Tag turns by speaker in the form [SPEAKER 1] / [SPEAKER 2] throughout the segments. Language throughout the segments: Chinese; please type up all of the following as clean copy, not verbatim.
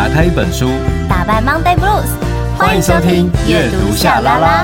[SPEAKER 1] 开一本书，
[SPEAKER 2] 打败 Monday Blues。
[SPEAKER 1] 欢迎收听阅读夏拉拉。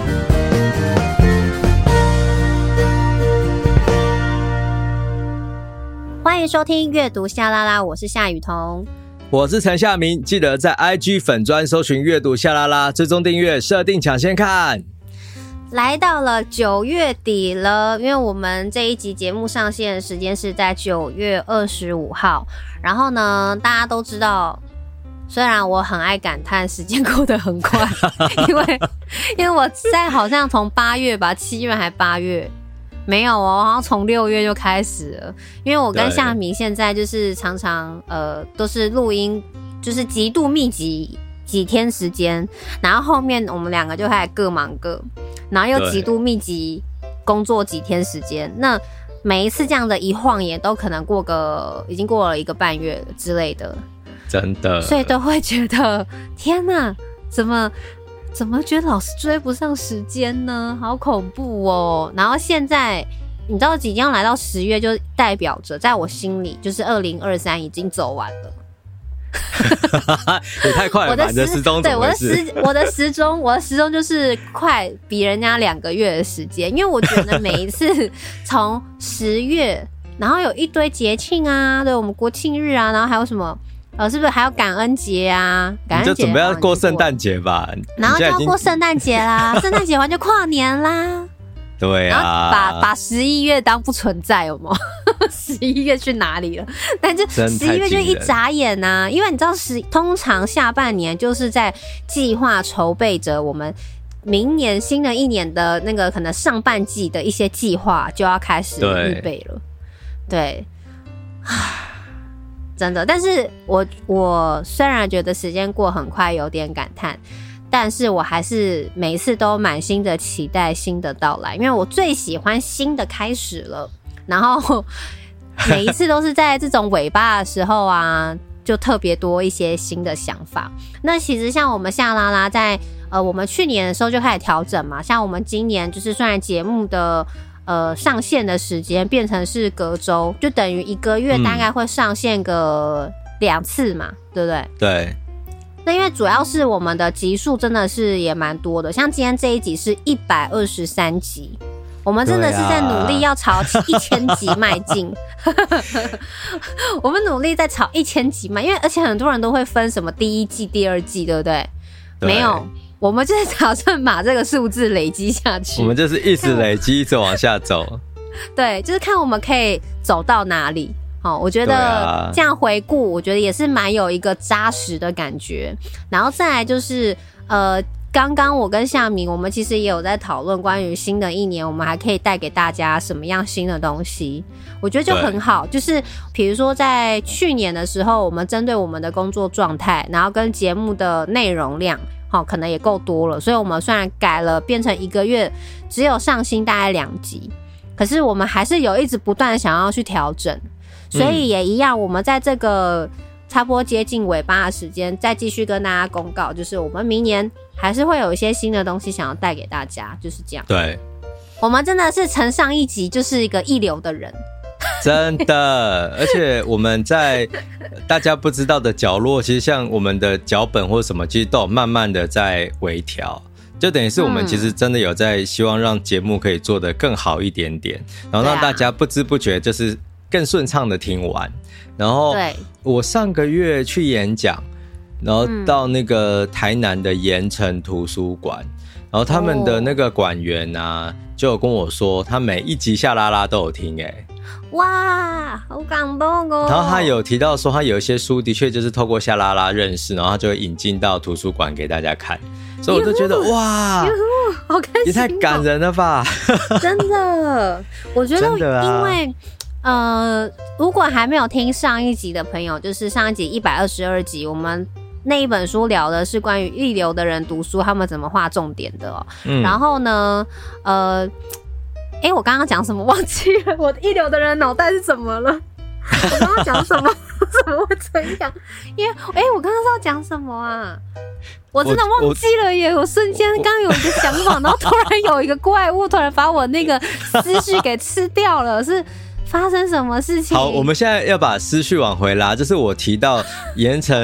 [SPEAKER 2] 欢迎收听阅读夏拉拉，我是夏雨桐，
[SPEAKER 1] 我是陈夏明。记得在 IG 粉专搜寻阅读夏拉拉，追踪订阅，设定抢先看。
[SPEAKER 2] 来到了9月底了，因为我们这一集节目上线的时间是在9月25号。然后呢，大家都知道，虽然我很爱感叹时间过得很快，因为我在好像从8月吧，7月还8月。没有哦，好像从6月就开始了。因为我跟夏明现在就是常常都是录音，就是极度密集几天时间，然后后面我们两个就开始各忙各，然后又极度密集工作几天时间。那每一次这样的一晃眼，都可能已经过了1个半月了之类的，真的，所以都会觉得天哪，怎么觉得老是追不上时间呢？好恐怖哦！然后现在你知道即将来到10月，就代表着在我心里就是2023已经走完了。
[SPEAKER 1] 也太快了吧！你的时钟怎么回事？
[SPEAKER 2] 对，我的时钟就是快比人家2个月的时间，因为我觉得每一次从10月，然后有一堆节庆啊，对，我们国庆日啊，然后还有什么是不是还有感恩节啊？感恩节
[SPEAKER 1] 你就准备要过圣诞节吧，
[SPEAKER 2] 然后就要过圣诞节啦，圣诞节完就跨年啦。
[SPEAKER 1] 对啊，
[SPEAKER 2] 然后把11月当不存在，有没有？11月去哪里了？但就11月就一眨眼啊，因为你知道通常下半年就是在计划筹备着我们明年新的一年的那个可能上半季的一些计划就要开始预备了。对，真的。但是我虽然觉得时间过很快，有点感叹。但是我还是每一次都满心的期待新的到来，因为我最喜欢新的开始了。然后每一次都是在这种尾巴的时候啊，就特别多一些新的想法。那其实像我们夏拉拉在我们去年的时候就开始调整嘛，像我们今年就是虽然节目的上线的时间变成是隔周，就等于1个月大概会上线个2次嘛，对不对？
[SPEAKER 1] 对。
[SPEAKER 2] 那因为主要是我们的集数真的是也蛮多的，像今天这一集是123集，我们真的是在努力要朝1000集迈进。我们努力在朝1000集迈，因为而且很多人都会分什么第1季、第2季，对不对？没有，我们就是打算把这个数字累积下去。
[SPEAKER 1] 我们就是一直累积，一直往下走。
[SPEAKER 2] 对，就是看我们可以走到哪里。我觉得这样回顾，我觉得也是蛮有一个扎实的感觉。然后再来就是刚刚我跟夏明，我们其实也有在讨论关于新的一年，我们还可以带给大家什么样新的东西。我觉得就很好，就是比如说在去年的时候，我们针对我们的工作状态，然后跟节目的内容量可能也够多了，所以我们虽然改了变成1个月只有上新大概2集，可是我们还是有一直不断想要去调整。所以也一样，我们在这个差不多接近尾巴的时间，再继续跟大家公告，就是我们明年还是会有一些新的东西想要带给大家，就是这样。
[SPEAKER 1] 对，
[SPEAKER 2] 我们真的是承上一集就是一个一流的人，
[SPEAKER 1] 真的。而且我们在大家不知道的角落，其实像我们的脚本或什么，其实都有慢慢的在微调。就等于是我们其实真的有在希望让节目可以做得更好一点点，然后让大家不知不觉就是更顺畅的听完。然后我上个月去演讲，然后到那个台南的盐城图书馆，然后他们的那个馆员啊就有跟我说他每一集夏拉拉都有听。
[SPEAKER 2] 哇，好感动哦。
[SPEAKER 1] 然后他有提到说他有一些书的确就是透过夏拉拉认识，然后他就会引进到图书馆给大家看，所以我就觉得哇，
[SPEAKER 2] 好开心，
[SPEAKER 1] 也太感人了吧。
[SPEAKER 2] 真的，我觉得因为如果还没有听上一集的朋友，就是上一集122集，我们那一本书聊的是关于一流的人读书，他们怎么画重点的哦。然后呢，我刚刚讲什么忘记了？我一流的人脑袋是怎么了？我刚刚讲什么？怎么会这样？因为我刚刚是要讲什么啊？我真的忘记了耶！我瞬间刚有一个想法，然后突然有一个怪物突然把我那个思绪给吃掉了，是发生什么事情？
[SPEAKER 1] 好，我们现在要把思绪往回拉，就是我提到盐城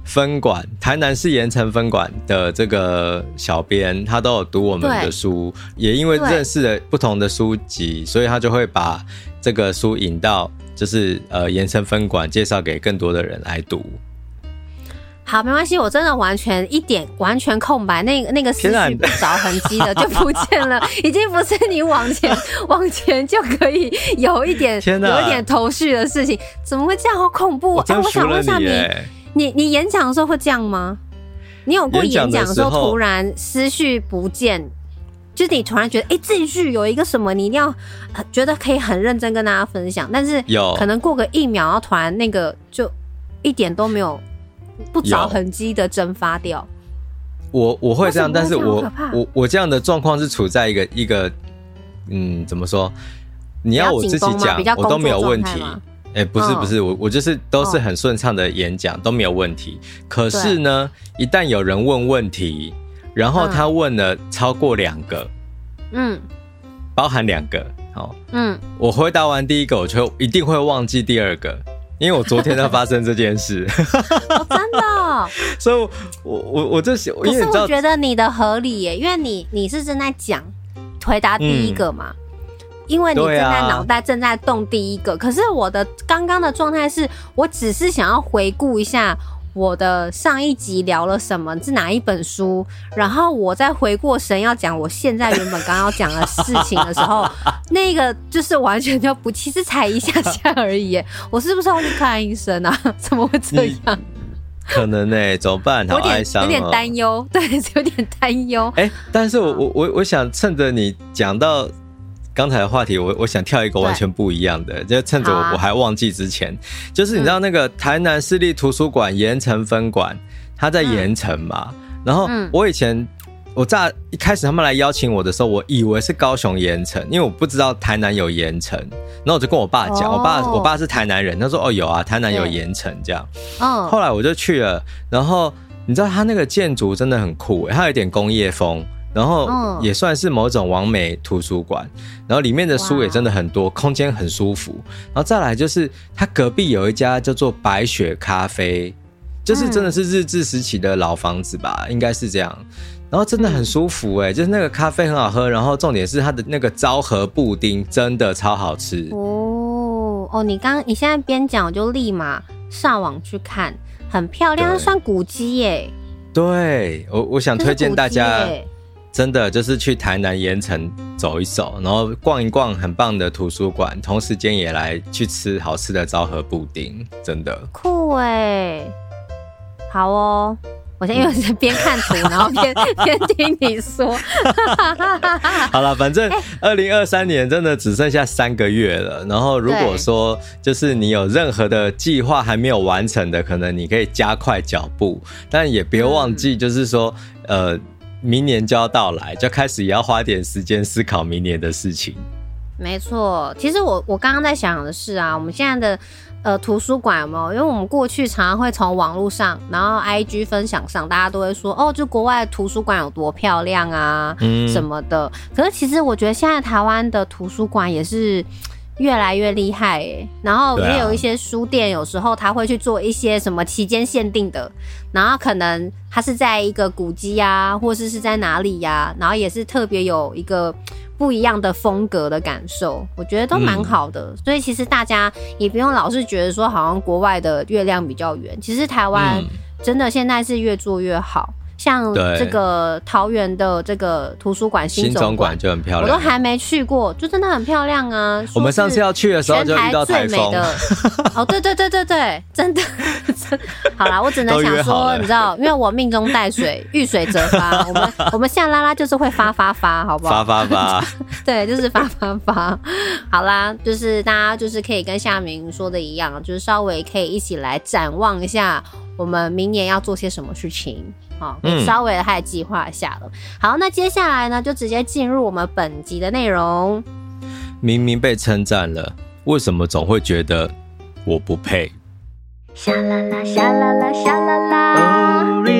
[SPEAKER 1] 分馆，台南市盐埕分馆的这个小编，他都有读我们的书，也因为认识了不同的书籍，所以他就会把这个书引到就是盐埕分馆，介绍给更多的人来读。
[SPEAKER 2] 好，没关系，我真的完全空白，那个思绪不着痕迹的就不见了，已经不是你往前就可以有一点头绪的事情，怎么会这样？好恐怖！我想问一下你演讲的时候会这样吗？你有过演讲的时候突然思绪不见，就是你突然觉得这一句有一个什么，你一定要觉得可以很认真跟大家分享，但是可能过个1秒，然后突然那个就一点都没有。不着痕迹的蒸发掉。我会这样，但是我这样的状况是处在一个怎么说？你要我自己讲，我都没有问题。不是，我就是都是很顺畅的演讲，都没有问题。可是呢，一旦有人问问题，然后他问了超过2个，包含2个，我回答完第一个，我就一定会忘记第2个。因为我昨天才发生这件事，真的，
[SPEAKER 1] 所以我就想，
[SPEAKER 2] 可是我觉得你的合理耶，因为你是正在讲回答第一个嘛，因为你正在脑袋正在动第一个，可是我的刚刚的状态是我只是想要回顾一下我的上一集聊了什么，是哪一本书，然后我再回过神要讲我现在原本刚要讲的事情的时候，那个就是完全就不，其实才一下下而已耶。我是不是要去看医生啊？怎么会这样？
[SPEAKER 1] 可能怎么办？好哀伤，
[SPEAKER 2] 有点担忧，对，有点担忧。
[SPEAKER 1] 但是我想趁着你讲到刚才的话题，我想跳一个完全不一样的，就趁着我还忘记之前，就是你知道那个台南市立图书馆盐埕分馆，它在盐埕嘛，然后我以前一开始他们来邀请我的时候，我以为是高雄盐埕，因为我不知道台南有盐埕，然后我就跟我爸讲，我爸是台南人，他说有啊，台南有盐埕这样，后来我就去了，然后你知道它那个建筑真的很酷它有点工业风。然后也算是某种完美图书馆，然后里面的书也真的很多，空间很舒服。然后再来就是它隔壁有一家叫做白雪咖啡，就是真的是日治时期的老房子吧，应该是这样。然后真的很舒服就是那个咖啡很好喝，然后重点是它的那个昭和布丁真的超好吃。
[SPEAKER 2] 你现在边讲我就立马上网去看，很漂亮，它算古迹耶。
[SPEAKER 1] 对，我想推荐大家。真的就是去台南盐埕走一走，然后逛一逛很棒的图书馆，同时间也来去吃好吃的昭和布丁，真的
[SPEAKER 2] 酷好哦。我现在因为是边看图，然后边听你说。
[SPEAKER 1] 好了，反正2023年真的只剩下3个月了。然后如果说就是你有任何的计划还没有完成的，可能你可以加快脚步，但也别忘记就是说明年就要到来，就开始也要花点时间思考明年的事情。
[SPEAKER 2] 没错，其实我刚刚在想的是我们现在的图书馆有没有？因为我们过去常常会从网络上，然后 IG 分享上，大家都会说就国外的图书馆有多漂亮啊，什么的。可是其实我觉得现在台湾的图书馆也是越来越厉害然后也有一些书店，有时候他会去做一些什么期间限定的，然后可能它是在一个古迹或是在哪里然后也是特别有一个不一样的风格的感受，我觉得都蛮好的。所以其实大家也不用老是觉得说好像国外的月亮比较圆，其实台湾真的现在是越做越好。像这个桃园的这个图书馆新总馆
[SPEAKER 1] 就很漂亮，
[SPEAKER 2] 我都还没去过，就真的很漂亮啊。
[SPEAKER 1] 我们上次要去的时候就遇到台风。
[SPEAKER 2] 对，真的好啦，我只能想说，你知道，因为我命中带水，遇水则发。我们夏拉拉就是会发，好不好？
[SPEAKER 1] 发。
[SPEAKER 2] 对，就是发。好啦，就是大家就是可以跟夏明说的一样，就是稍微可以一起来展望一下我们明年要做些什么事情。稍微还计划一下了。好，那接下来呢，就直接進入我们本集的内容。
[SPEAKER 1] 明明被称赞了，为什么总会觉得我不配？
[SPEAKER 2] 沙啦啦，沙啦啦，沙啦啦。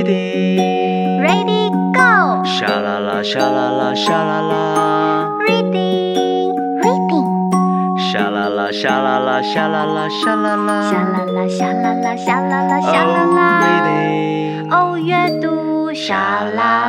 [SPEAKER 1] Reading
[SPEAKER 2] Ready Go。
[SPEAKER 1] 沙啦啦，沙啦啦，沙啦啦。
[SPEAKER 2] Reading。
[SPEAKER 1] 沙啦啦， 啦沙啦啦沙啦啦沙啦啦
[SPEAKER 2] 沙啦啦沙啦啦沙啦啦沙啦啦哦，阅读沙啦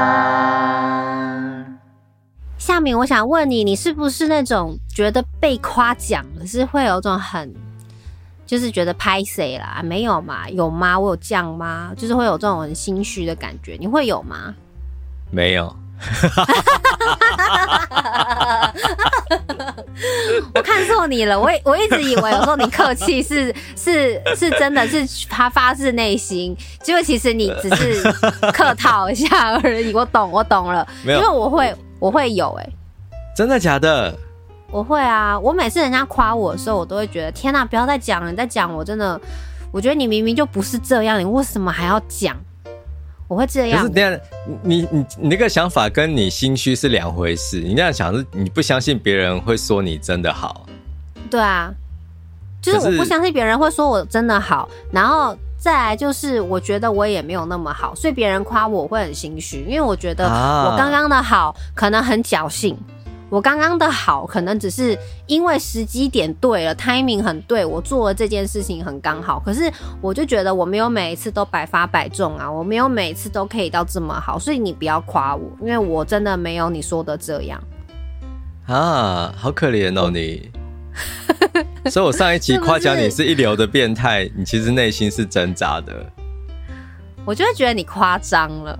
[SPEAKER 2] 啦。下面我想问你，你是不是那种觉得被夸奖了是会有种很就是觉得拍谁啦？没有嘛？有吗？我有这样吗？就是会有这种很心虚的感觉，你会有吗？
[SPEAKER 1] 没有。
[SPEAKER 2] 我看错你了，我一直以为有时候你客气是真的是他发自内心，结果其实你只是客套一下而已。我懂了，因为我会有
[SPEAKER 1] 真的假的？
[SPEAKER 2] 我会啊，我每次人家夸我的时候，我都会觉得天哪，不要再讲了，你再讲我真的，我觉得你明明就不是这样，你为什么还要讲？我会这样。
[SPEAKER 1] 可是等一下，你那个想法跟你心虚是两回事。你那样想是你不相信别人会说你真的好。
[SPEAKER 2] 对啊，就是我不相信别人会说我真的好，然后再来就是我觉得我也没有那么好，所以别人夸我会很心虚，因为我觉得我刚刚的好可能很侥幸。我刚刚的好可能只是因为时机点对了 timing 很对，我做了这件事情很刚好，可是我就觉得我没有每一次都百发百中啊，我没有每一次都可以到这么好，所以你不要夸我，因为我真的没有你说的这样
[SPEAKER 1] 啊，好可怜哦你所以我上一集夸奖你是一流的变态，你其实内心是挣扎的。
[SPEAKER 2] 我就会觉得你夸张了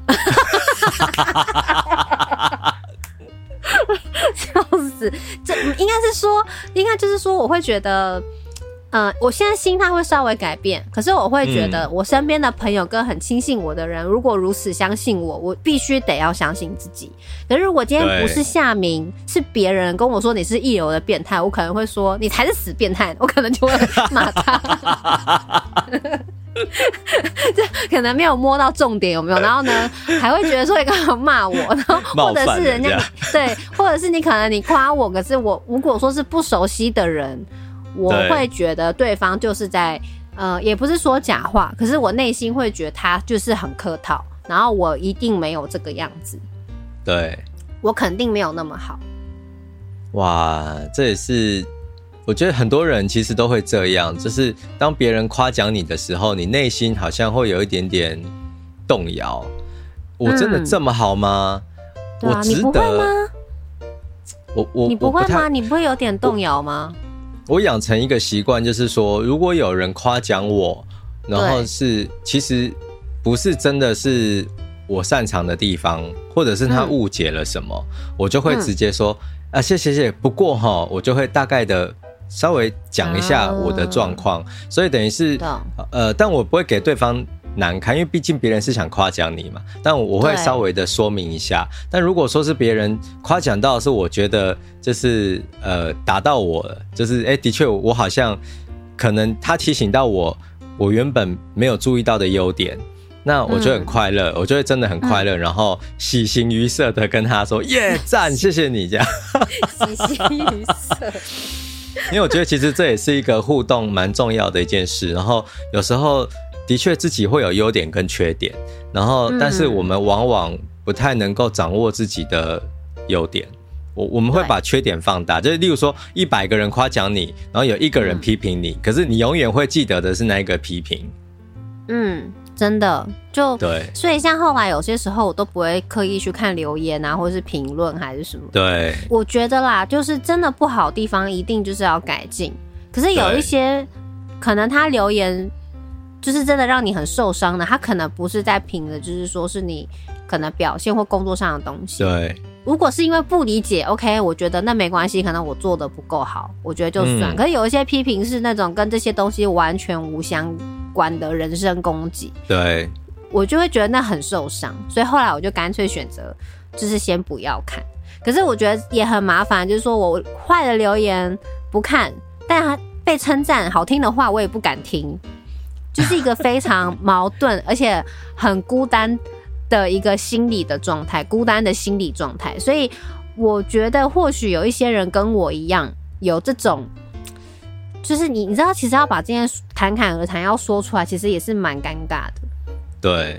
[SPEAKER 2] 笑死！这应该就是说，我会觉得，我现在心态会稍微改变，可是我会觉得，我身边的朋友跟很亲近我的人，如果如此相信我，我必须得要相信自己。可是如果今天不是夏民，是别人跟我说你是一流的变态，我可能会说你才是死变态，我可能就会骂他。这可能没有摸到重点，有没有？然后呢，还会觉得说你干嘛骂我？然后或者是人家对，或者是你可能你夸我，可是我如果说是不熟悉的人，我会觉得对方就是在也不是说假话，可是我内心会觉得他就是很客套，然后我一定没有这个样子，
[SPEAKER 1] 对，
[SPEAKER 2] 我肯定没有那么好。
[SPEAKER 1] 哇，这也是。我觉得很多人其实都会这样，就是当别人夸奖你的时候，你内心好像会有一点点动摇。我真的这么好吗？我值得？
[SPEAKER 2] 你不会吗？你不会吗？你不会有点动摇吗？
[SPEAKER 1] 我养成一个习惯，就是说，如果有人夸奖我，然后其实不是真的是我擅长的地方，或者是他误解了什么，我就会直接说谢谢。不过我就会大概的稍微讲一下我的状况，所以等于是但我不会给对方难堪，因为毕竟别人是想夸奖你嘛，但我会稍微的说明一下。但如果说是别人夸奖到是我觉得就是打到我了，就是的确我好像可能他提醒到我原本没有注意到的优点，那我就很快乐，我就会真的很快乐，然后喜形于色的跟他说耶赞，谢谢你这样
[SPEAKER 2] 喜形于色
[SPEAKER 1] 因为我觉得其实这也是一个互动蛮重要的一件事，然后有时候的确自己会有优点跟缺点，然后但是我们往往不太能够掌握自己的优点，我们会把缺点放大，就是例如说100个人夸奖你，然后有1个人批评你，可是你永远会记得的是那一个批评。
[SPEAKER 2] 真的就
[SPEAKER 1] 对，
[SPEAKER 2] 所以像后来有些时候我都不会刻意去看留言啊，或是评论还是什么。
[SPEAKER 1] 对，
[SPEAKER 2] 我觉得啦，就是真的不好的地方一定就是要改进。可是有一些可能他留言就是真的让你很受伤的，他可能不是在评的，就是说是你可能表现或工作上的东西。
[SPEAKER 1] 对，
[SPEAKER 2] 如果是因为不理解 OK， 我觉得那没关系，可能我做的不够好，我觉得就算。可是有一些批评是那种跟这些东西完全无相关的人身攻击，
[SPEAKER 1] 对，
[SPEAKER 2] 我就会觉得那很受伤，所以后来我就干脆选择就是先不要看。可是我觉得也很麻烦，就是说我坏的留言不看，但他被称赞好听的话我也不敢听，就是一个非常矛盾而且很孤单的一个心理的状态，孤单的心理状态。所以我觉得或许有一些人跟我一样有这种，就是你知道其实要把这件侃侃而谈要说出来其实也是蛮尴尬的。
[SPEAKER 1] 对，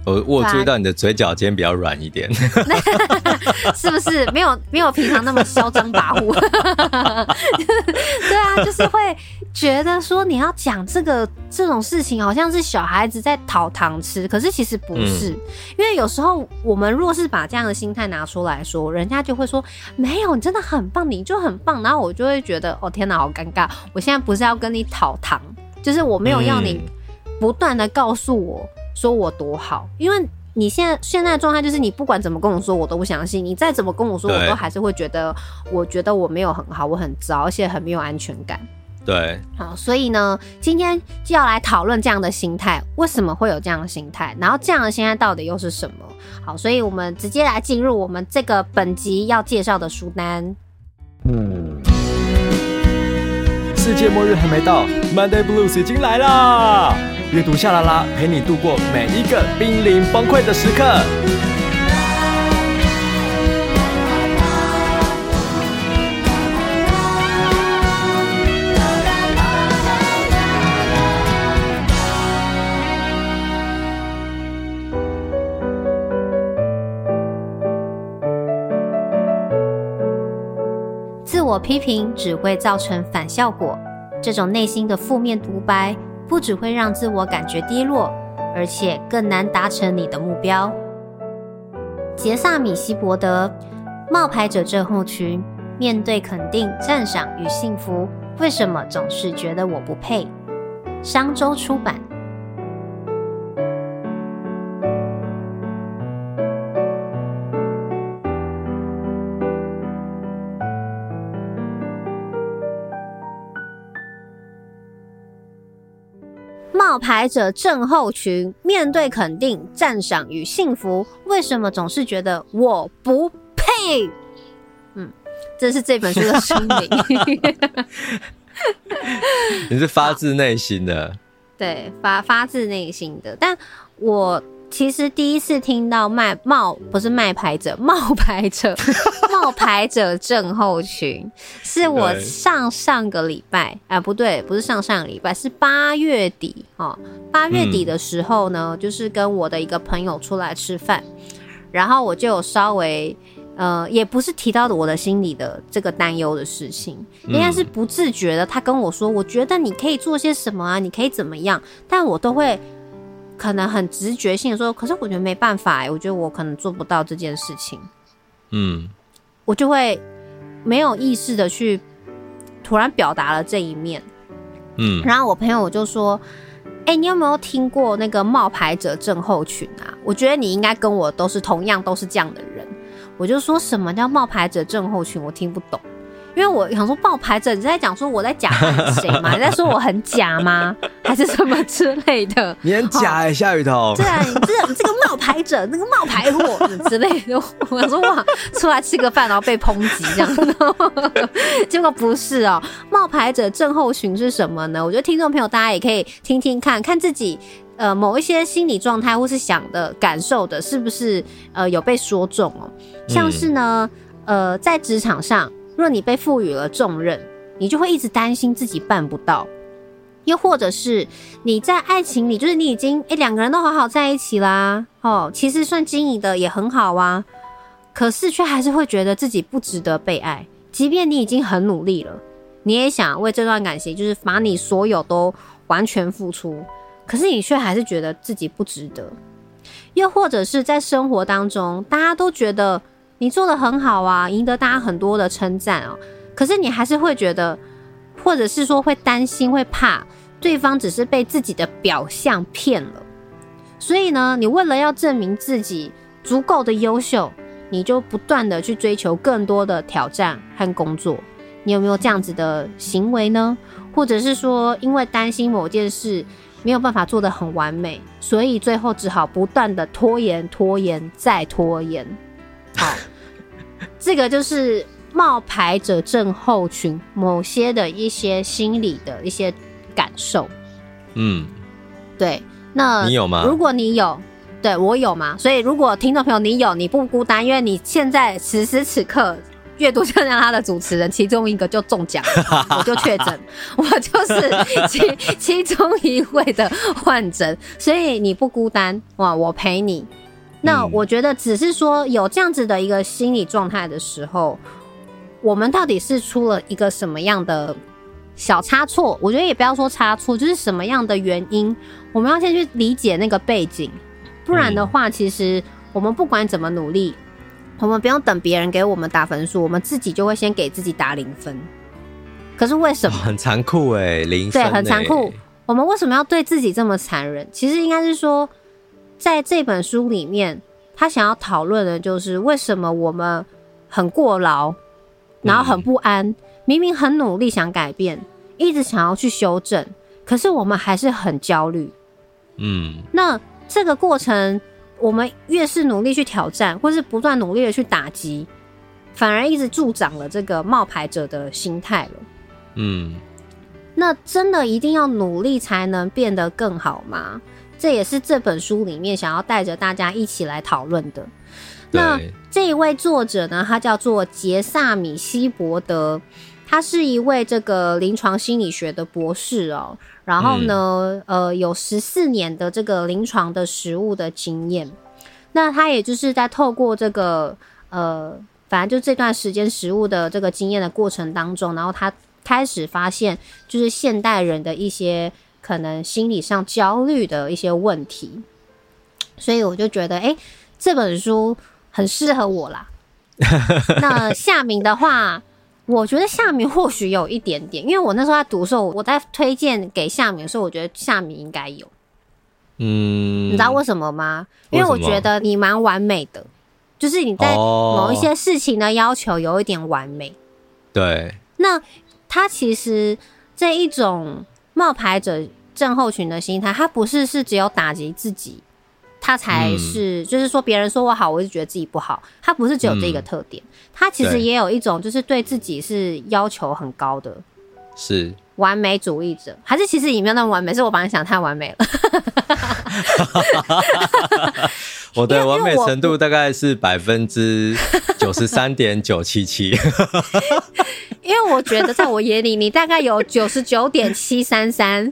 [SPEAKER 1] 我有注意到你的嘴角尖比较软一点，
[SPEAKER 2] 是不是没有平常那么嚣张跋扈？对啊，就是会觉得说你要讲这种事情，好像是小孩子在讨糖吃，可是其实不是，因为有时候我们若是把这样的心态拿出来说，人家就会说没有，你真的很棒，你就很棒，然后我就会觉得哦天哪，好尴尬，我现在不是要跟你讨糖，就是我没有要你不断的告诉我说我多好，因为你现在的状态就是你不管怎么跟我说我都不相信，你再怎么跟我说我都还是会觉得我没有很好，我很糟，而且很没有安全感。
[SPEAKER 1] 对，
[SPEAKER 2] 好，所以呢今天就要来讨论这样的心态，为什么会有这样的心态，然后这样的心态到底又是什么。好，所以我们直接来进入我们这个本集要介绍的书单。
[SPEAKER 3] 世界末日还没到， Monday Blues 已经来啦！阅读夏拉拉陪你度过每一个濒临崩溃的时刻。
[SPEAKER 2] 自我批评只会造成反效果，这种内心的负面独白不只会让自我感觉低落，而且更难达成你的目标。杰萨米希伯德，冒牌者症候群，面对肯定、赞赏与幸福，为什么总是觉得我不配？商周出版。冒牌者症候群，面对肯定、赞赏与幸福，为什么总是觉得我不配？这是这本书的声明。
[SPEAKER 1] 你是发自内心的，
[SPEAKER 2] 对，发自内心的。但我其实第一次听到冒牌者症候群，是我上个礼拜，不对，不是上个礼拜，是8月底8月底的时候呢，就是跟我的一个朋友出来吃饭，然后我就有稍微也不是提到我的心里的这个担忧的事情，应该是不自觉的，他跟我说，我觉得你可以做些什么啊，你可以怎么样，但我都会可能很直觉性的说，可是我觉得没办法我觉得我可能做不到这件事情。我就会没有意识的去突然表达了这一面。然后我朋友就说，你有没有听过那个冒牌者症候群啊？我觉得你应该跟我都是这样的人。我就说，什么叫冒牌者症候群？我听不懂。因为我想说，冒牌者，你在讲说我在假扮谁吗？你在说我很假吗？还是什么之类的？
[SPEAKER 3] 你很假夏雨桐。
[SPEAKER 2] 对啊，你这个冒牌者，那个冒牌货之类的。我想说哇，出来吃个饭然后被抨击这样，结果不是哦。冒牌者症候群是什么呢？我觉得听众朋友大家也可以听听看，看自己某一些心理状态或是想的感受的，是不是有被说中哦？像是呢，在职场上，若你被赋予了重任，你就会一直担心自己办不到。又或者是你在爱情里，就是你已经两个人都好好在一起啦，其实算经营的也很好啊，可是却还是会觉得自己不值得被爱，即便你已经很努力了，你也想为这段感情就是把你所有都完全付出，可是你却还是觉得自己不值得。又或者是在生活当中，大家都觉得你做得很好啊，赢得大家很多的称赞哦，可是你还是会觉得，或者是说会担心，会怕对方只是被自己的表象骗了。所以呢，你为了要证明自己足够的优秀，你就不断的去追求更多的挑战和工作。你有没有这样子的行为呢？或者是说，因为担心某件事没有办法做得很完美，所以最后只好不断的拖延再拖延。好，这个就是冒牌者症候群某些的一些心理的一些感受。对，那
[SPEAKER 1] 你有吗？
[SPEAKER 2] 如果你有，对，我有嘛？所以如果听众朋友你有，你不孤单，因为你现在此时此刻阅读向上他的主持人其中一个就中奖了，我就确诊，我就是其中一位的患者，所以你不孤单哇，我陪你。那我觉得只是说有这样子的一个心理状态的时候，我们到底是出了一个什么样的小差错？我觉得也不要说差错，就是什么样的原因，我们要先去理解那个背景，不然的话，其实我们不管怎么努力，我们不用等别人给我们打分数，我们自己就会先给自己打0分。可是为什么？
[SPEAKER 1] 很残酷0分。对，
[SPEAKER 2] 很残酷。我们为什么要对自己这么残忍？其实应该是说，在这本书里面，他想要讨论的就是为什么我们很过劳，然后很不安，明明很努力想改变，一直想要去修正，可是我们还是很焦虑。那这个过程，我们越是努力去挑战，或是不断努力的去打击，反而一直助长了这个冒牌者的心态了。那真的一定要努力才能变得更好吗？这也是这本书里面想要带着大家一起来讨论的。那这一位作者呢，他叫做杰萨米希伯德，他是一位这个临床心理学的博士哦。然后呢，有14年的这个临床的实务的经验。那他也就是在透过这个反正就这段时间实务的这个经验的过程当中，然后他开始发现，就是现代人的一些可能心理上焦虑的一些问题。所以我就觉得，这本书很适合我啦。那夏明的话，我觉得夏明或许有一点点，因为我那时候在读的时候，我在推荐给夏明的时候，我觉得夏明应该有。你知道为什么吗？因为我觉得你蛮完美的，就是你在某一些事情的要求有一点完美。
[SPEAKER 1] 对。
[SPEAKER 2] 那他其实这一种冒牌者症候群的心态，他不是只有打击自己，他才是就是说别人说我好，我就觉得自己不好。他不是只有这个特点，他其实也有一种就是对自己是要求很高的，
[SPEAKER 1] 是
[SPEAKER 2] 完美主义者。还是其实也没有那么完美，是我把你想太完美了。
[SPEAKER 1] 我的完美程度大概是93.977%。
[SPEAKER 2] 因为我觉得在我眼里，你大概有99.733%。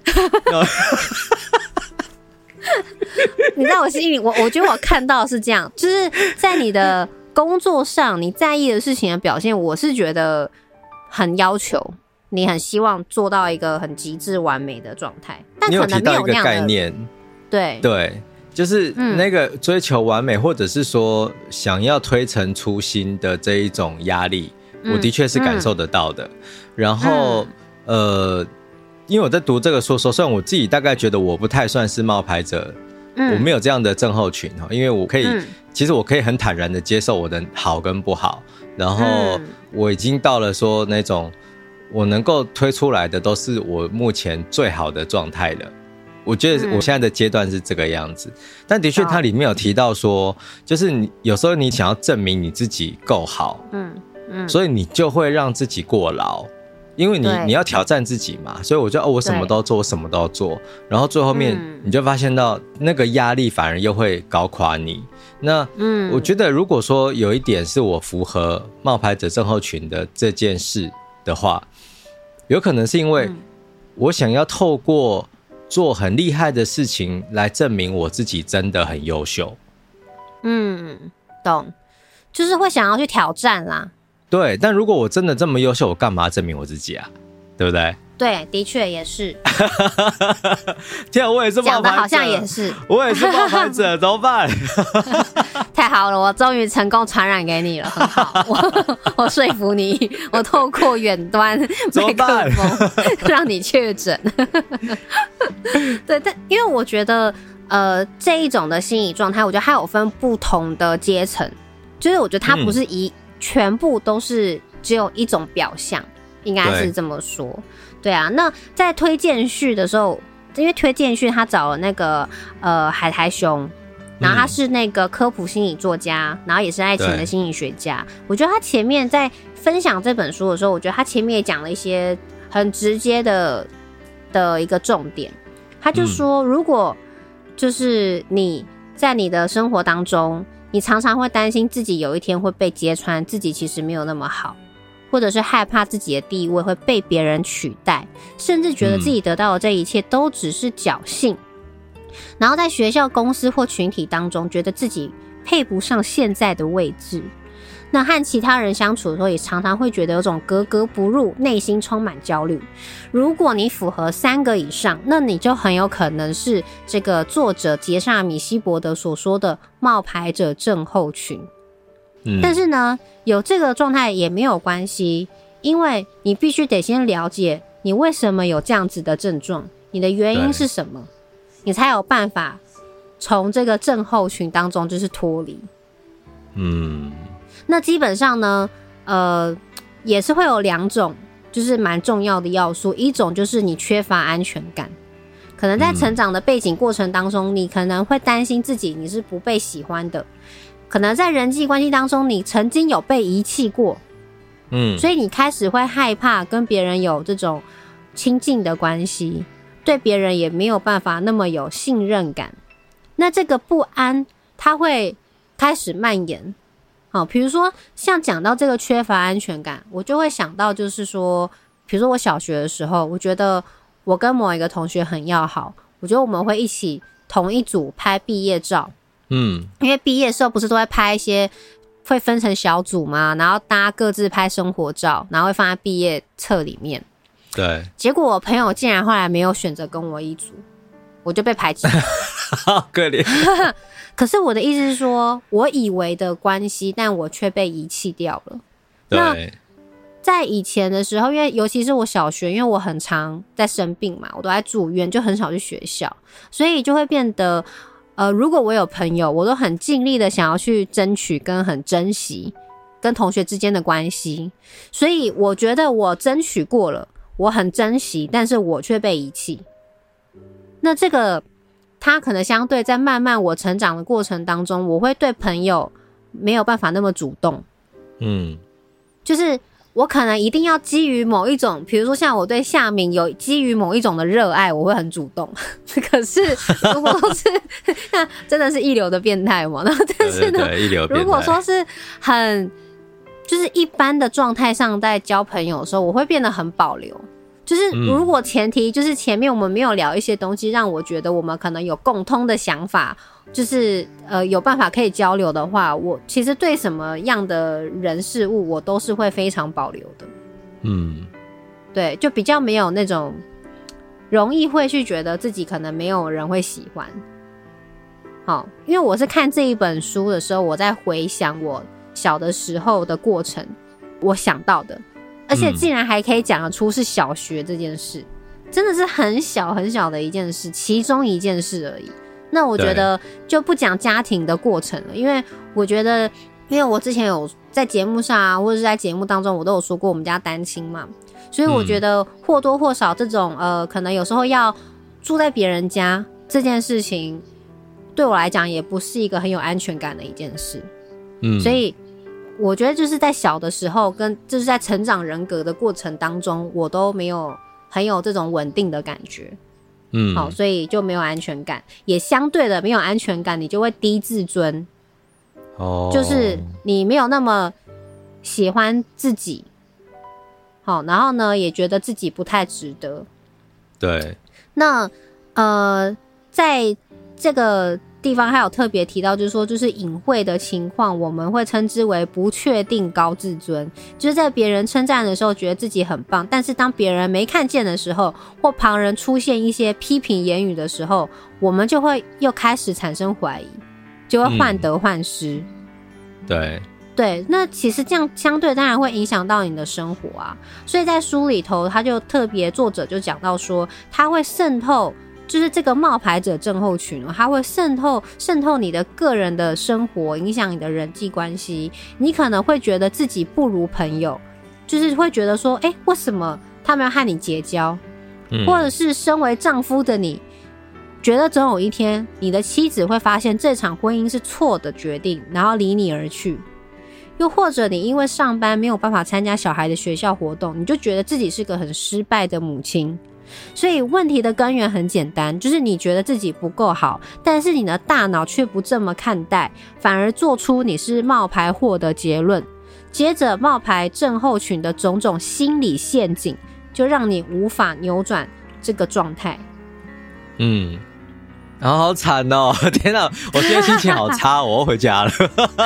[SPEAKER 2] 你在我心里，我觉得我看到的是这样，就是在你的工作上，你在意的事情的表现，我是觉得很要求，你很希望做到一个很极致完美的状态，但可能没有那样的。你有提到一个概念，
[SPEAKER 1] 对，就是那个追求完美，或者是说想要推陈出新的这一种压力，我的确是感受得到的。然后因为我在读这个书，虽然我自己大概觉得我不太算是冒牌者，我没有这样的症候群，因为我可以，其实我可以很坦然的接受我的好跟不好，然后我已经到了说那种我能够推出来的都是我目前最好的状态了。我觉得我现在的阶段是这个样子，但的确它里面有提到说，就是你有时候你想要证明你自己够好，所以你就会让自己过劳。因为你要挑战自己嘛，所以我就我什么都做，我什么都做，然后最后面你就发现到那个压力反而又会搞垮你。那我觉得如果说有一点是我符合冒牌者症候群的这件事的话，有可能是因为我想要透过做很厉害的事情来证明我自己真的很优秀。
[SPEAKER 2] 懂，就是会想要去挑战啦。
[SPEAKER 1] 对，但如果我真的这么优秀，我干嘛证明我自己啊？对不对？
[SPEAKER 2] 对，的确也是。
[SPEAKER 1] 天啊，我也是冒牌者，讲的
[SPEAKER 2] 好像也是，
[SPEAKER 1] 我也是冒牌者，怎么办？
[SPEAKER 2] 太好了，我终于成功传染给你了，很好，我说服你，我透过远端麦克风让你确诊。对，但因为我觉得，这一种的心理状态，我觉得它有分不同的阶层，就是我觉得它不是全部都是只有一种表象，应该是这么说。对啊，那在推荐序的时候，因为推荐序他找了那个海苔熊，然后他是那个科普心理作家，然后也是爱情的心理学家。我觉得他前面在分享这本书的时候，我觉得他前面也讲了一些很直接的一个重点。他就说，如果就是你在你的生活当中， 你常常会担心自己有一天会被揭穿，自己其实没有那么好，或者是害怕自己的地位会被别人取代，甚至觉得自己得到的这一切都只是侥幸。然后在学校、公司或群体当中，觉得自己配不上现在的位置。那和其他人相处的时候，也常常会觉得有种格格不入，内心充满焦虑。如果你符合3个以上，那你就很有可能是这个作者杰萨米希伯德所说的冒牌者症候群。但是呢，有这个状态也没有关系，因为你必须得先了解你为什么有这样子的症状，你的原因是什么，你才有办法从这个症候群当中就是脱离。那基本上呢，也是会有2种，就是蛮重要的要素。一种就是你缺乏安全感，可能在成长的背景过程当中，你可能会担心自己你是不被喜欢的，可能在人际关系当中，你曾经有被遗弃过，所以你开始会害怕跟别人有这种亲近的关系，对别人也没有办法那么有信任感。那这个不安，它会开始蔓延。好，比如说像讲到这个缺乏安全感，我就会想到就是说，比如说我小学的时候，我觉得我跟某一个同学很要好，我觉得我们会一起同一组拍毕业照。因为毕业的时候不是都会拍一些，会分成小组嘛，然后大家各自拍生活照，然后会放在毕业册里面。
[SPEAKER 1] 对。
[SPEAKER 2] 结果我朋友竟然后来没有选择跟我一组，我就被排挤。
[SPEAKER 1] 好可怜。
[SPEAKER 2] 可是我的意思是说，我以为的关系，但我却被遗弃掉了。
[SPEAKER 1] 对。
[SPEAKER 2] 那在以前的时候，因为尤其是我小学，因为我很常在生病嘛，我都在住院，就很少去学校，所以就会变得如果我有朋友，我都很尽力的想要去争取跟很珍惜跟同学之间的关系。所以我觉得我争取过了，我很珍惜，但是我却被遗弃。那这个他可能相对在慢慢我成长的过程当中，我会对朋友没有办法那么主动。就是我可能一定要基于某一种，比如说像我对夏民有基于某一种的热爱，我会很主动。可是如果是那真的是一流的变态嘛？但是呢，
[SPEAKER 1] 对，一流变态。
[SPEAKER 2] 如果说是很就是一般的状态上，在交朋友的时候，我会变得很保留。就是如果前提就是前面我们没有聊一些东西，让我觉得我们可能有共通的想法，就是有办法可以交流的话，我其实对什么样的人事物我都是会非常保留的。对，就比较没有那种容易会去觉得自己可能没有人会喜欢。好，因为我是看这一本书的时候，我在回想我小的时候的过程，我想到的。而且竟然还可以讲得出是小学这件事，真的是很小很小的一件事，其中一件事而已。那我觉得就不讲家庭的过程了，因为我觉得，因为我之前有在节目上啊，或者是在节目当中，我都有说过我们家单亲嘛，所以我觉得或多或少这种可能有时候要住在别人家这件事情，对我来讲也不是一个很有安全感的一件事。所以我觉得就是在小的时候跟就是在成长人格的过程当中，我都没有很有这种稳定的感觉。好，所以就没有安全感，也相对的没有安全感，你就会低自尊。就是你没有那么喜欢自己。好，然后呢也觉得自己不太值得。对。那在这个地方还有特别提到，就是说就是隐晦的情况，我们会称之为不确定高自尊，就是在别人称赞的时候觉得自己很棒，但是当别人没看见的时候，或旁人出现一些批评言语的时候，我们就会又开始产生怀疑，就会患得患失。对，那其实这样相对当然会影响到你的生活啊。所以在书里头他就特别作者就讲到说，他会渗透就是这个冒牌者症候群，它会渗透你的个人的生活，影响你的人际关系。你可能会觉得自己不如朋友，就是会觉得说，为什么他们要和你结交？或者是身为丈夫的你，觉得总有一天你的妻子会发现这场婚姻是错的决定，然后离你而去。又或者你因为上班没有办法参加小孩的学校活动，你就觉得自己是个很失败的母亲。 所以问题的根源很简单，就是你觉得自己不够好，但是你的大脑却不这么看待，反而做出你是冒牌货的结论。接着冒牌症候群的种种心理陷阱，就让你无法扭转这个状态。
[SPEAKER 1] 然后好惨哦！天哪，我今天心情好差，我要回家了。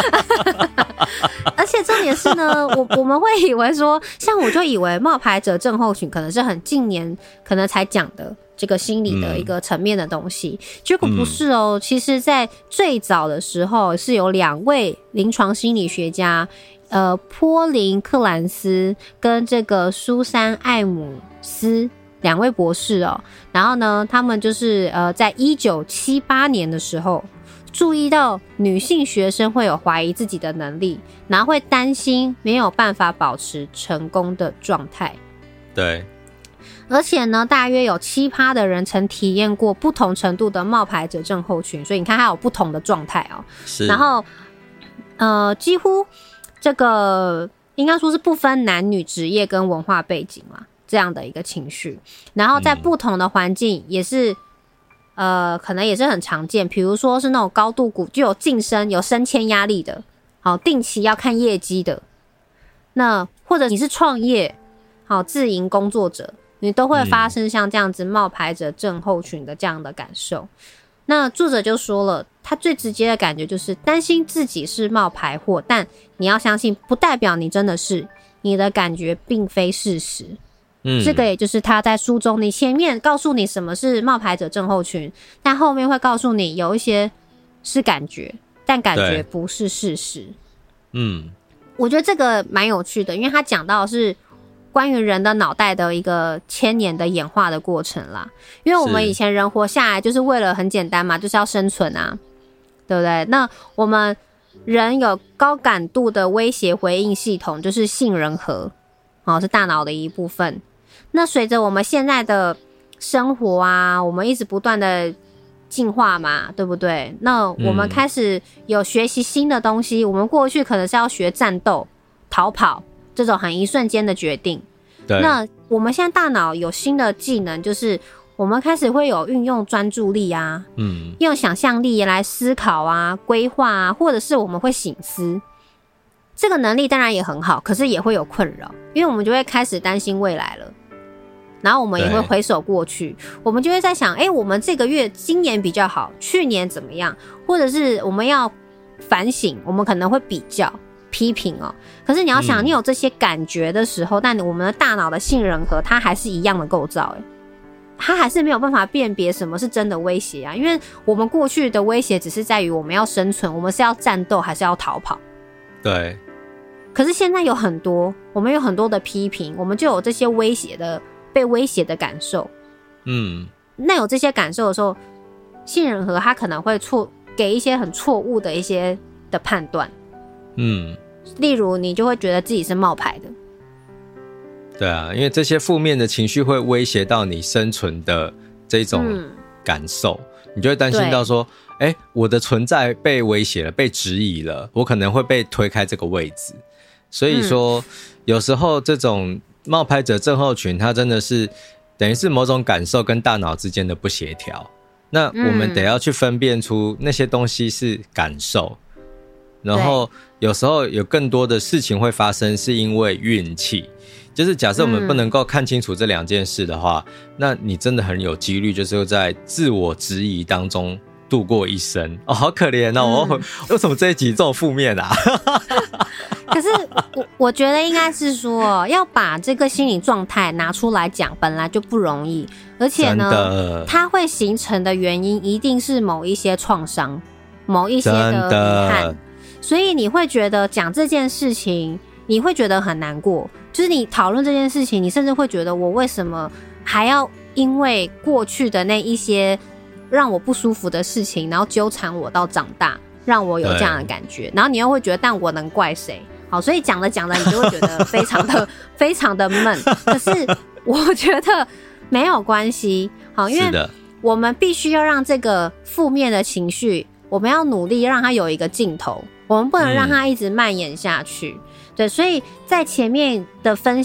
[SPEAKER 2] 而且重点是呢，我们会以为说，像我就以为冒牌者症候群可能是很近年可能才讲的这个心理的一个层面的东西，结果不是哦。其实在最早的时候是有2位临床心理学家，波林克兰斯跟这个苏珊艾姆斯2位博士哦，然后呢，他们就是在1978年的时候注意到女性学生会有怀疑自己的能力，然后会担心没有办法保持成功的状态。
[SPEAKER 1] 对，
[SPEAKER 2] 而且呢，大约有7%的人曾体验过不同程度的冒牌者症候群，所以你看它有不同的状态哦。
[SPEAKER 1] 是，
[SPEAKER 2] 然后几乎这个应该说是不分男女、职业跟文化背景啦。这样的一个情绪，然后在不同的环境也是，可能也是很常见。比如说是那种高度就有晋升、有升迁压力的，好，定期要看业绩的，那或者你是创业，好，自营工作者，你都会发生像这样子冒牌者症候群的这样的感受。那作者就说了，他最直接的感觉就是担心自己是冒牌货，但你要相信，不代表你真的是，你的感觉并非事实。这个也就是他在书中，你前面告诉你什么是冒牌者症候群，但后面会告诉你有一些是感觉，但感觉不是事实。我觉得这个蛮有趣的，因为他讲到的是关于人的脑袋的一个1000年的演化的过程啦。因为我们以前人活下来就是为了很简单嘛，就是要生存啊，对不对？那我们人有高感度的威胁回应系统，就是杏仁核，是大脑的一部分。那随着我们现在的生活啊，我们一直不断的进化嘛，对不对？那我们开始有学习新的东西，我们过去可能是要学战斗、逃跑这种很一瞬间的决定。
[SPEAKER 1] 对。
[SPEAKER 2] 那我们现在大脑有新的技能，就是我们开始会有运用专注力啊，用想象力来思考啊、规划啊，或者是我们会省思。这个能力当然也很好，可是也会有困扰，因为我们就会开始担心未来了。然后我们也会回首过去，我们就会在想，我们这个月今年比较好，去年怎么样？或者是我们要反省，我们可能会比较批评哦。可是你要想，你有这些感觉的时候，但我们的大脑的杏仁核它还是一样的构造，它还是没有办法辨别什么是真的威胁啊，因为我们过去的威胁只是在于我们要生存，我们是要战斗还是要逃跑？
[SPEAKER 1] 对。
[SPEAKER 2] 可是现在有很多，我们有很多的批评，我们就有这些威胁的。被威胁的感受，那有这些感受的时候，杏仁核它可能会给一些很错误的一些的判断，例如你就会觉得自己是冒牌的，
[SPEAKER 1] 对啊，因为这些负面的情绪会威胁到你生存的这种感受，你就会担心到说，我的存在被威胁了，被质疑了，我可能会被推开这个位置，所以说，有时候这种冒牌者症候群，它真的是等于是某种感受跟大脑之间的不协调。那我们得要去分辨出那些东西是感受，然后有时候有更多的事情会发生是因为运气。就是假设我们不能够看清楚这2件事的话，那你真的很有几率就是在自我质疑当中度过一生。好可怜哦！为什么这一集这种负面啊？
[SPEAKER 2] 可是我觉得应该是说，要把这个心理状态拿出来讲，本来就不容易，而且呢，它会形成的原因一定是某一些创伤，某一些的遗憾，所以你会觉得讲这件事情，你会觉得很难过。就是你讨论这件事情，你甚至会觉得我为什么还要因为过去的那一些让我不舒服的事情，然后纠缠我到长大，让我有这样的感觉，然后你又会觉得，但我能怪谁？好，所以讲着讲着，你就会觉得非常的非常的闷。可是我觉得没有关系，好，因为我们必须要让这个负面的情绪，我们要努力让它有一个尽头，我们不能让它一直蔓延下去。对，所以在前面的分享，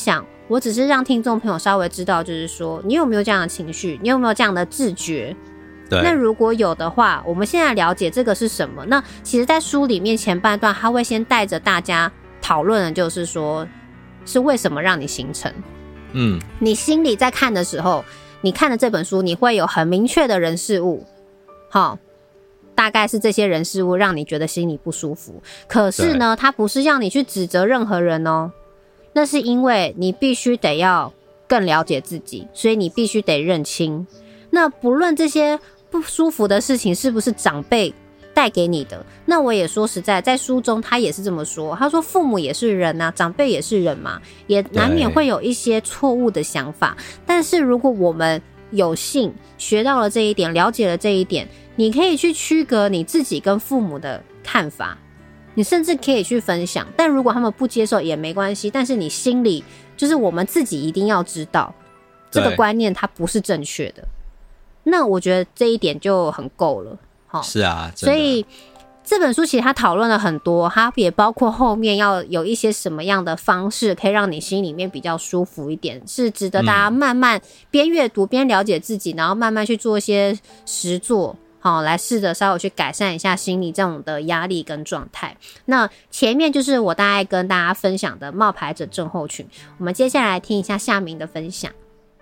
[SPEAKER 2] 我只是让听众朋友稍微知道，就是说你有没有这样的情绪，你有没有这样的自觉。
[SPEAKER 1] 对，
[SPEAKER 2] 那如果有的话，我们现在了解这个是什么。那其实在书里面前半段他会先带着大家讨论的就是说是为什么让你形成。你心里在看的时候，你看的这本书你会有很明确的人事物，大概是这些人事物让你觉得心里不舒服。可是呢，它不是让你去指责任何人哦，那是因为你必须得要更了解自己，所以你必须得认清。那不论这些不舒服的事情是不是长辈带给你的，那我也说实在，在书中他也是这么说，他说父母也是人啊，长辈也是人嘛，也难免会有一些错误的想法。但是如果我们有幸学到了这一点，了解了这一点，你可以去区隔你自己跟父母的看法，你甚至可以去分享。但如果他们不接受也没关系，但是你心里就是我们自己一定要知道这个观念它不是正确的。那我觉得这一点就很够了。
[SPEAKER 1] 是啊，
[SPEAKER 2] 所以这本书其实它讨论了很多，它也包括后面要有一些什么样的方式可以让你心里面比较舒服一点，是值得大家慢慢边阅读边了解自己，然后慢慢去做一些实作，来试着稍微去改善一下心理这种的压力跟状态。那前面就是我大概跟大家分享的冒牌者症候群，我们接下来听一下夏明的分享。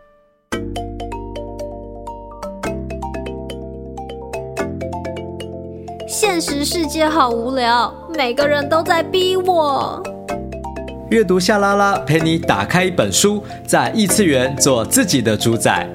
[SPEAKER 2] 现实世界好无聊，每个人都在逼我。
[SPEAKER 3] 阅读夏拉拉陪你打开一本书，在异次元做自己的主宰。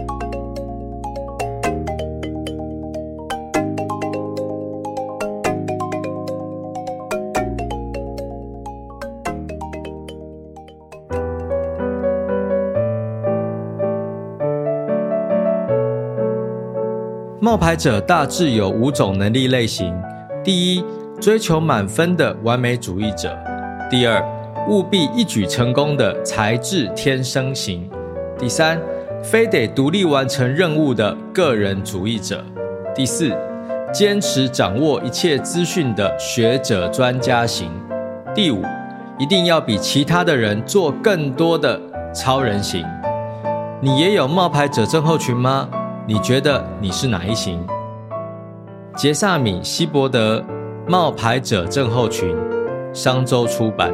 [SPEAKER 3] 冒牌者大致有5种能力类型：第一，追求满分的完美主义者；第二，务必一举成功的才智天生型；第三，非得独立完成任务的个人主义者；第四，坚持掌握一切资讯的学者专家型；第五，一定要比其他的人做更多的超人型。你也有冒牌者症候群吗？你觉得你是哪一型？杰萨米·希伯德《冒牌者症候群》，商周出版。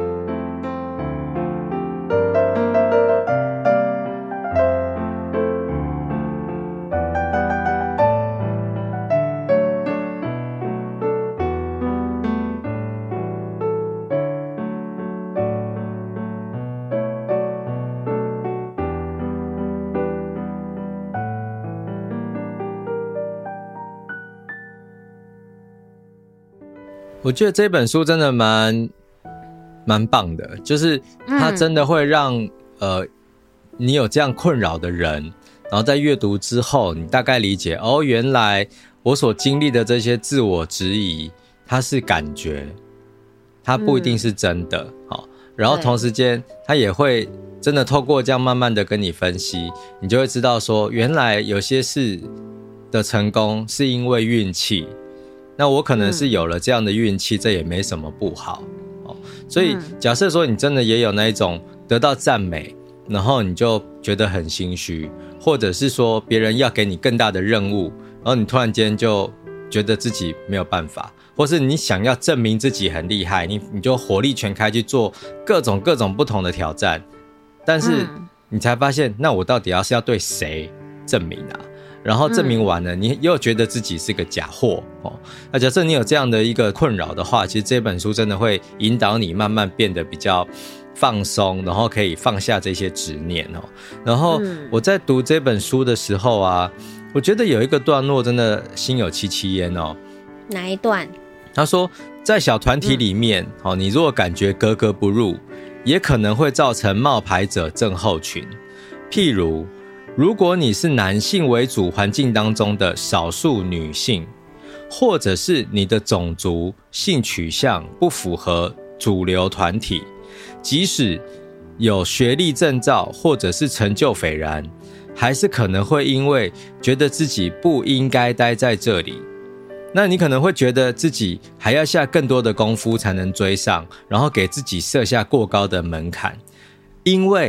[SPEAKER 1] 我觉得这本书真的蛮棒的，就是它真的会让你有这样困扰的人，然后在阅读之后，你大概理解原来我所经历的这些自我质疑，它是感觉，它不一定是真的。然后同时间，它也会真的透过这样慢慢的跟你分析，你就会知道说，原来有些事的成功是因为运气。那我可能是有了这样的运气，这也没什么不好。所以假设说你真的也有那一种得到赞美，然后你就觉得很心虚，或者是说别人要给你更大的任务，然后你突然间就觉得自己没有办法，或是你想要证明自己很厉害，你就火力全开去做各种不同的挑战，但是你才发现，那我到底是要对谁证明啊？然后证明完了，你又觉得自己是个假货。那假设你有这样的一个困扰的话，其实这本书真的会引导你慢慢变得比较放松，然后可以放下这些执念。然后我在读这本书的时候啊，我觉得有一个段落真的心有戚戚焉。
[SPEAKER 2] 哪一段？
[SPEAKER 1] 他说，在小团体里面，你如果感觉格格不入，也可能会造成冒牌者症候群。譬如，如果你是男性为主环境当中的少数女性，或者是你的种族、性取向不符合主流团体，即使有学历证照或者是成就斐然，还是可能会因为觉得自己不应该待在这里。那你可能会觉得自己还要下更多的功夫才能追上，然后给自己设下过高的门槛，因为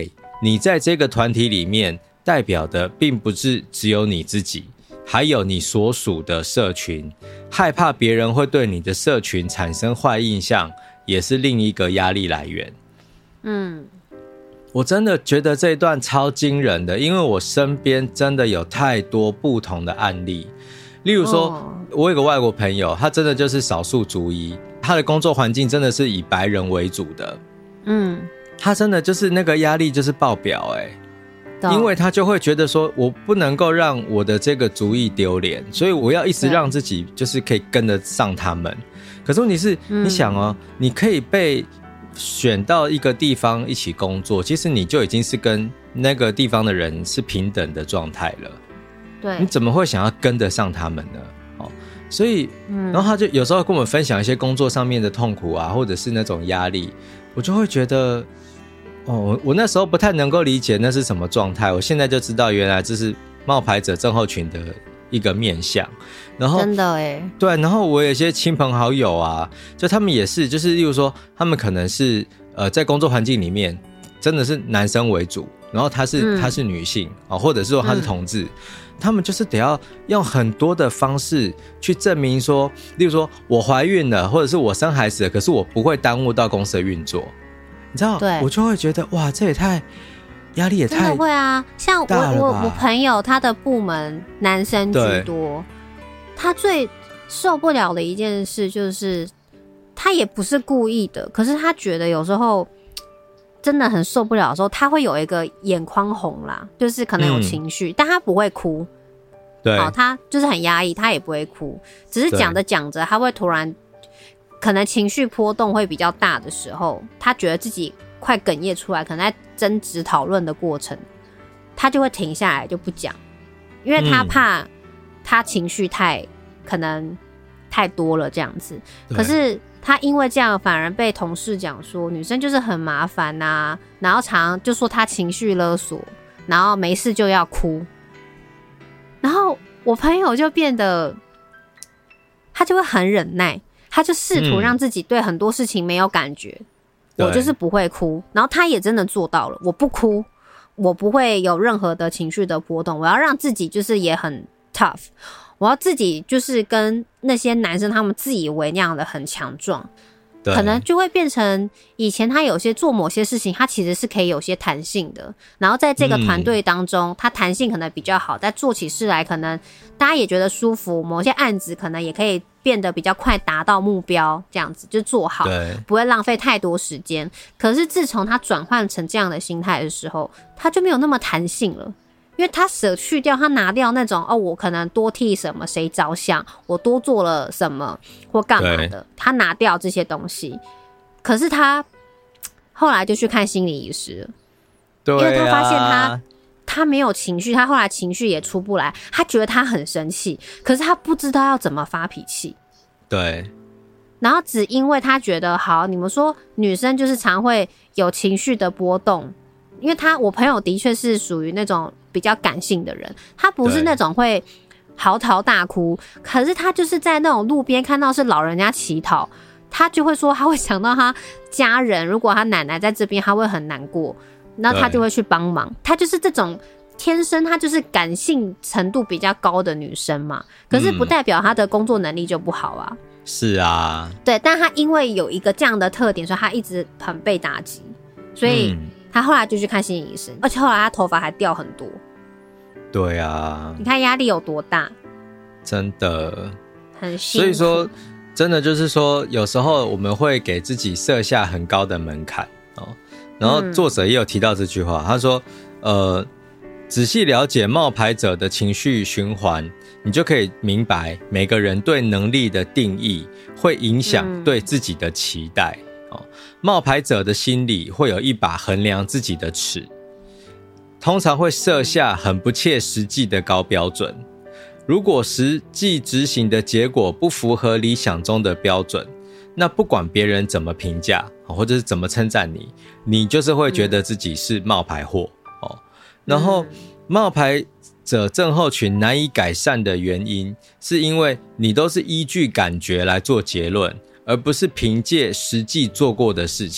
[SPEAKER 1] 你在这个团体里面代表的并不是只有你自己，还有你所属的社群，害怕别人会对你的社群产生坏印象，也是另一个压力来源。我真的觉得这一段超惊人的，因为我身边真的有太多不同的案例。例如说，我有个外国朋友，他真的就是少数族裔，他的工作环境真的是以白人为主的。他真的就是那个压力就是爆表因为他就会觉得说，我不能够让我的这个族裔丢脸，所以我要一直让自己就是可以跟得上他们。可是问题是，你想哦，你可以被选到一个地方一起工作，其实你就已经是跟那个地方的人是平等的状态了。
[SPEAKER 2] 对，
[SPEAKER 1] 你怎么会想要跟得上他们呢？所以，然后他就有时候跟我们分享一些工作上面的痛苦啊，或者是那种压力，我就会觉得。我那时候不太能够理解那是什么状态，我现在就知道原来这是冒牌者症候群的一个面向。然后
[SPEAKER 2] 真的
[SPEAKER 1] 对，然后我有一些亲朋好友啊，就他们也是，就是例如说他们可能是在工作环境里面真的是男生为主，然后她是女性或者是说她是同志，他们就是得要用很多的方式去证明说，例如说我怀孕了，或者是我生孩子了，可是我不会耽误到公司的运作。你知道，我就会觉得哇，这也太压力也太大了吧。
[SPEAKER 2] 真的会啊，像我朋友他的部门男生居多，他最受不了的一件事就是他也不是故意的，可是他觉得有时候真的很受不了的时候，他会有一个眼眶红啦，就是可能有情绪，但他不会哭。
[SPEAKER 1] 对，
[SPEAKER 2] 他就是很压抑，他也不会哭，只是讲着讲着他会突然。可能情绪波动会比较大的时候，他觉得自己快哽咽出来，可能在争执讨论的过程，他就会停下来就不讲，因为他怕他情绪可能太多了这样子。可是他因为这样反而被同事讲说女生就是很麻烦啊，然后常就说他情绪勒索，然后没事就要哭，然后我朋友就变得他就会很忍耐。他就试图让自己对很多事情没有感觉，我就是不会哭，然后他也真的做到了，我不哭，我不会有任何的情绪的波动，我要让自己就是也很 tough， 我要自己就是跟那些男生他们自以为那样的很强壮，可能就会变成以前他有些做某些事情他其实是可以有些弹性的，然后在这个团队当中他弹性可能比较好，在做起事来可能大家也觉得舒服，某些案子可能也可以变得比较快达到目标，这样子就做好，不会浪费太多时间。可是自从他转换成这样的心态的时候，他就没有那么弹性了，因为他舍去掉，他拿掉那种我可能多替什么谁着想，我多做了什么或干嘛的，他拿掉这些东西。可是他后来就去看心理医师了，因为他发现他没有情绪，他后来情绪也出不来，他觉得他很生气，可是他不知道要怎么发脾气。
[SPEAKER 1] 对，
[SPEAKER 2] 然后只因为他觉得好，你们说女生就是常会有情绪的波动，因为我朋友的确是属于那种比较感性的人，他不是那种会嚎啕大哭，可是他就是在那种路边看到是老人家乞讨，他就会说他会想到他家人，如果他奶奶在这边他会很难过，那他就会去帮忙。他就是这种天生他就是感性程度比较高的女生嘛，可是不代表她的工作能力就不好啊。
[SPEAKER 1] 是啊，
[SPEAKER 2] 对，但她因为有一个这样的特点，所以她一直很被打击，所以她后来就去看心理医生，而且后来她头发还掉很多。
[SPEAKER 1] 对啊，
[SPEAKER 2] 你看压力有多大，
[SPEAKER 1] 真的
[SPEAKER 2] 很辛苦。
[SPEAKER 1] 所以说真的就是说有时候我们会给自己设下很高的门槛然后作者也有提到这句话，他说仔细了解冒牌者的情绪循环，你就可以明白每个人对能力的定义会影响对自己的期待冒牌者的心里会有一把衡量自己的尺，通常会设下很不切实际的高标准，如果实际执行的结果不符合理想中的标准，那不管别人怎么评价或者是怎么称赞你，你就是会觉得自己是冒牌货然后冒牌者症候群难以改善的原因，是因为你都是依据感觉来做结论，而不是凭借实际做过的事情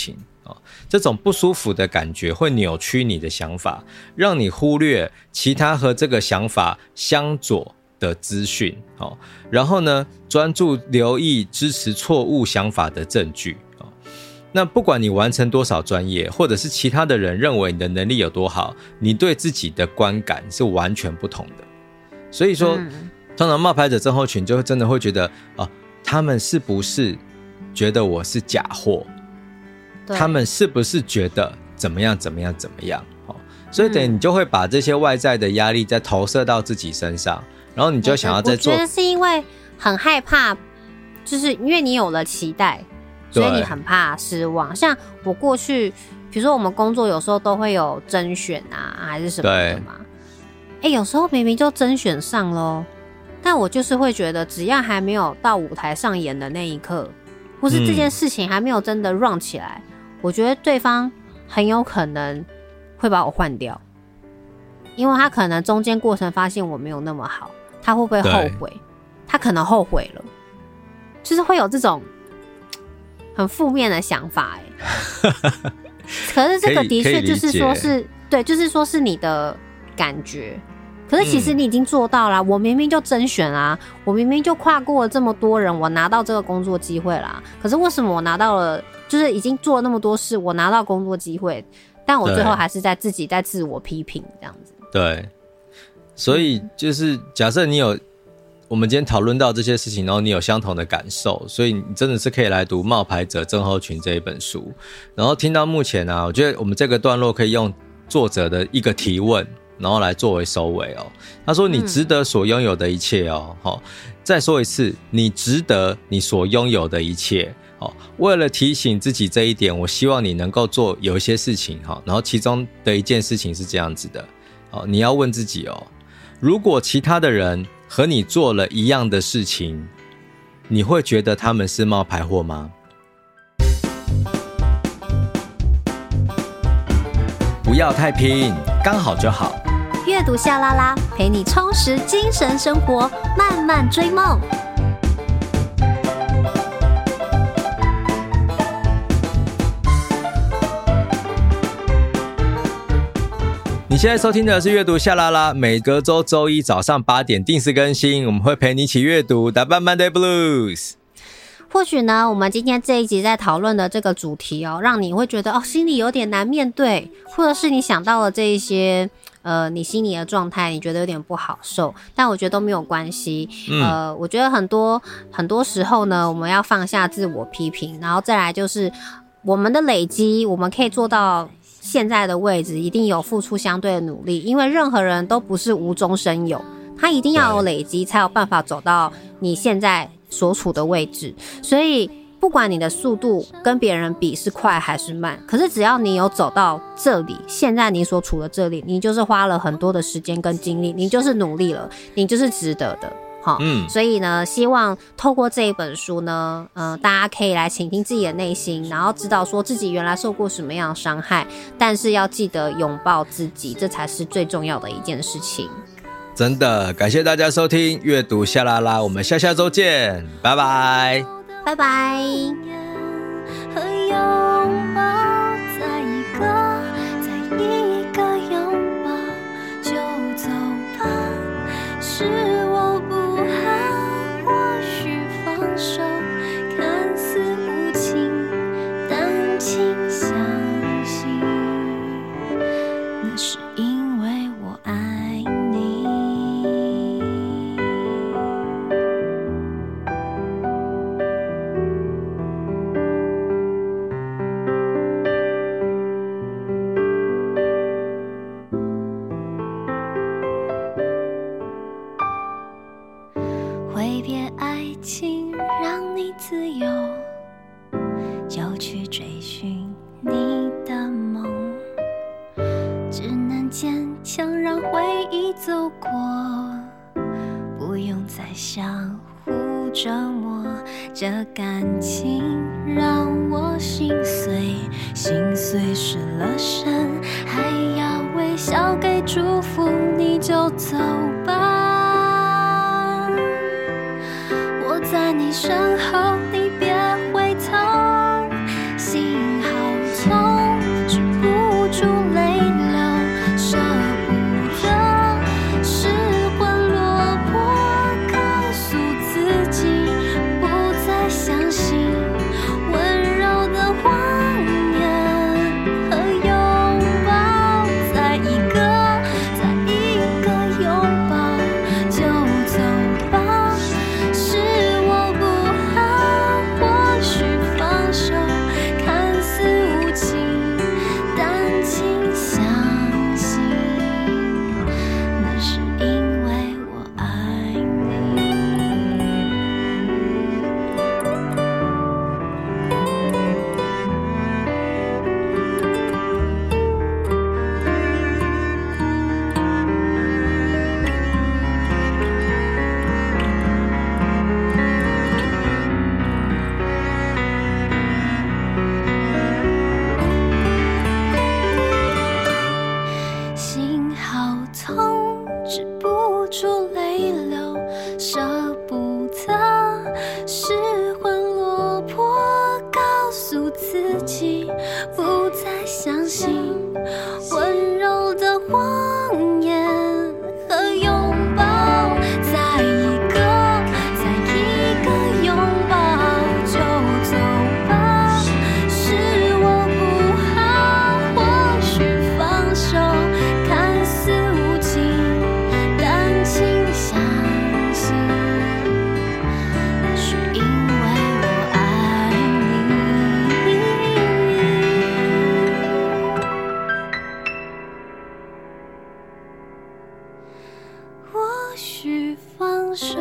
[SPEAKER 1] 这种不舒服的感觉会扭曲你的想法，让你忽略其他和这个想法相左的资讯，然后呢，专注留意支持错误想法的证据。那不管你完成多少专业，或者是其他的人认为你的能力有多好，你对自己的观感是完全不同的。所以说，通常冒牌者症候群就真的会觉得他们是不是觉得我是假货？他们是不是觉得怎么样怎么样怎么样？所以等于你就会把这些外在的压力再投射到自己身上，然后你就想要再做。
[SPEAKER 2] 我觉得是因为很害怕，就是因为你有了期待，所以你很怕失望。像我过去，比如说我们工作有时候都会有甄选啊，还是什么的嘛。有时候明明就甄选上咯，但我就是会觉得，只要还没有到舞台上演的那一刻，或是这件事情还没有真的 run 起来，我觉得对方很有可能会把我换掉，因为他可能中间过程发现我没有那么好，他会不会后悔？他可能后悔了，就是会有这种很负面的想法。可是这个的确就是说是对，就是说是你的感觉。可是其实你已经做到了，我明明就甄选啦，我明明就跨过了这么多人，我拿到这个工作机会啦。可是为什么我拿到了，就是已经做了那么多事，我拿到工作机会，但我最后还是在自己在自我批评这样子。
[SPEAKER 1] 对，所以就是假设你有我们今天讨论到这些事情，然后你有相同的感受，所以你真的是可以来读《冒牌者症候群》这一本书。然后听到目前啊，我觉得我们这个段落可以用作者的一个提问，然后来作为收尾哦。他说：“你值得所拥有的一切哦。再说一次，你值得你所拥有的一切。为了提醒自己这一点，我希望你能够做有一些事情然后其中的一件事情是这样子的。你要问自己如果其他的人和你做了一样的事情，你会觉得他们是冒牌货吗？不要太拼，刚好就好。
[SPEAKER 2] 阅读夏拉拉，陪你充实精神生活，慢慢追梦。
[SPEAKER 1] 你现在收听的是阅读夏拉拉，每隔周周一早上8点定时更新，我们会陪你一起阅读，打败 Monday Blues。
[SPEAKER 2] 或许呢，我们今天这一集在讨论的这个主题让你会觉得心里有点难面对，或者是你想到了这一些你心里的状态，你觉得有点不好受，但我觉得都没有关系。我觉得很多时候呢，我们要放下自我批评，然后再来就是我们的累积，我们可以做到现在的位置，一定有付出相对的努力，因为任何人都不是无中生有，他一定要有累积才有办法走到你现在所处的位置。所以不管你的速度跟别人比是快还是慢，可是只要你有走到这里，现在你所处的这里，你就是花了很多的时间跟精力，你就是努力了，你就是值得的。所以呢，希望透过这一本书呢，大家可以来倾听自己的内心，然后知道说自己原来受过什么样的伤害，但是要记得拥抱自己，这才是最重要的一件事情。
[SPEAKER 1] 真的，感谢大家收听阅读夏拉拉，我们下周见，拜拜，
[SPEAKER 2] 拜拜。
[SPEAKER 4] 和拥抱在一个拥抱就走吧，是我不好，或许放手看似无情，但请相信那是因为我爱你。挥别爱情，让你自由，就去追寻你的梦，只能坚强让回忆走过，不用再相互折磨，这感情让我心碎，心碎失了神，还要微笑给祝福，你就走吧，我在你身后，你别回头，心好痛。 放手，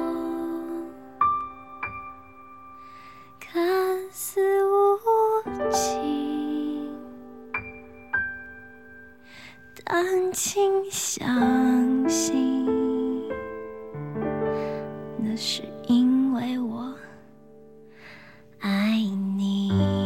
[SPEAKER 4] 看似无情，但请相信，那是因为我爱你。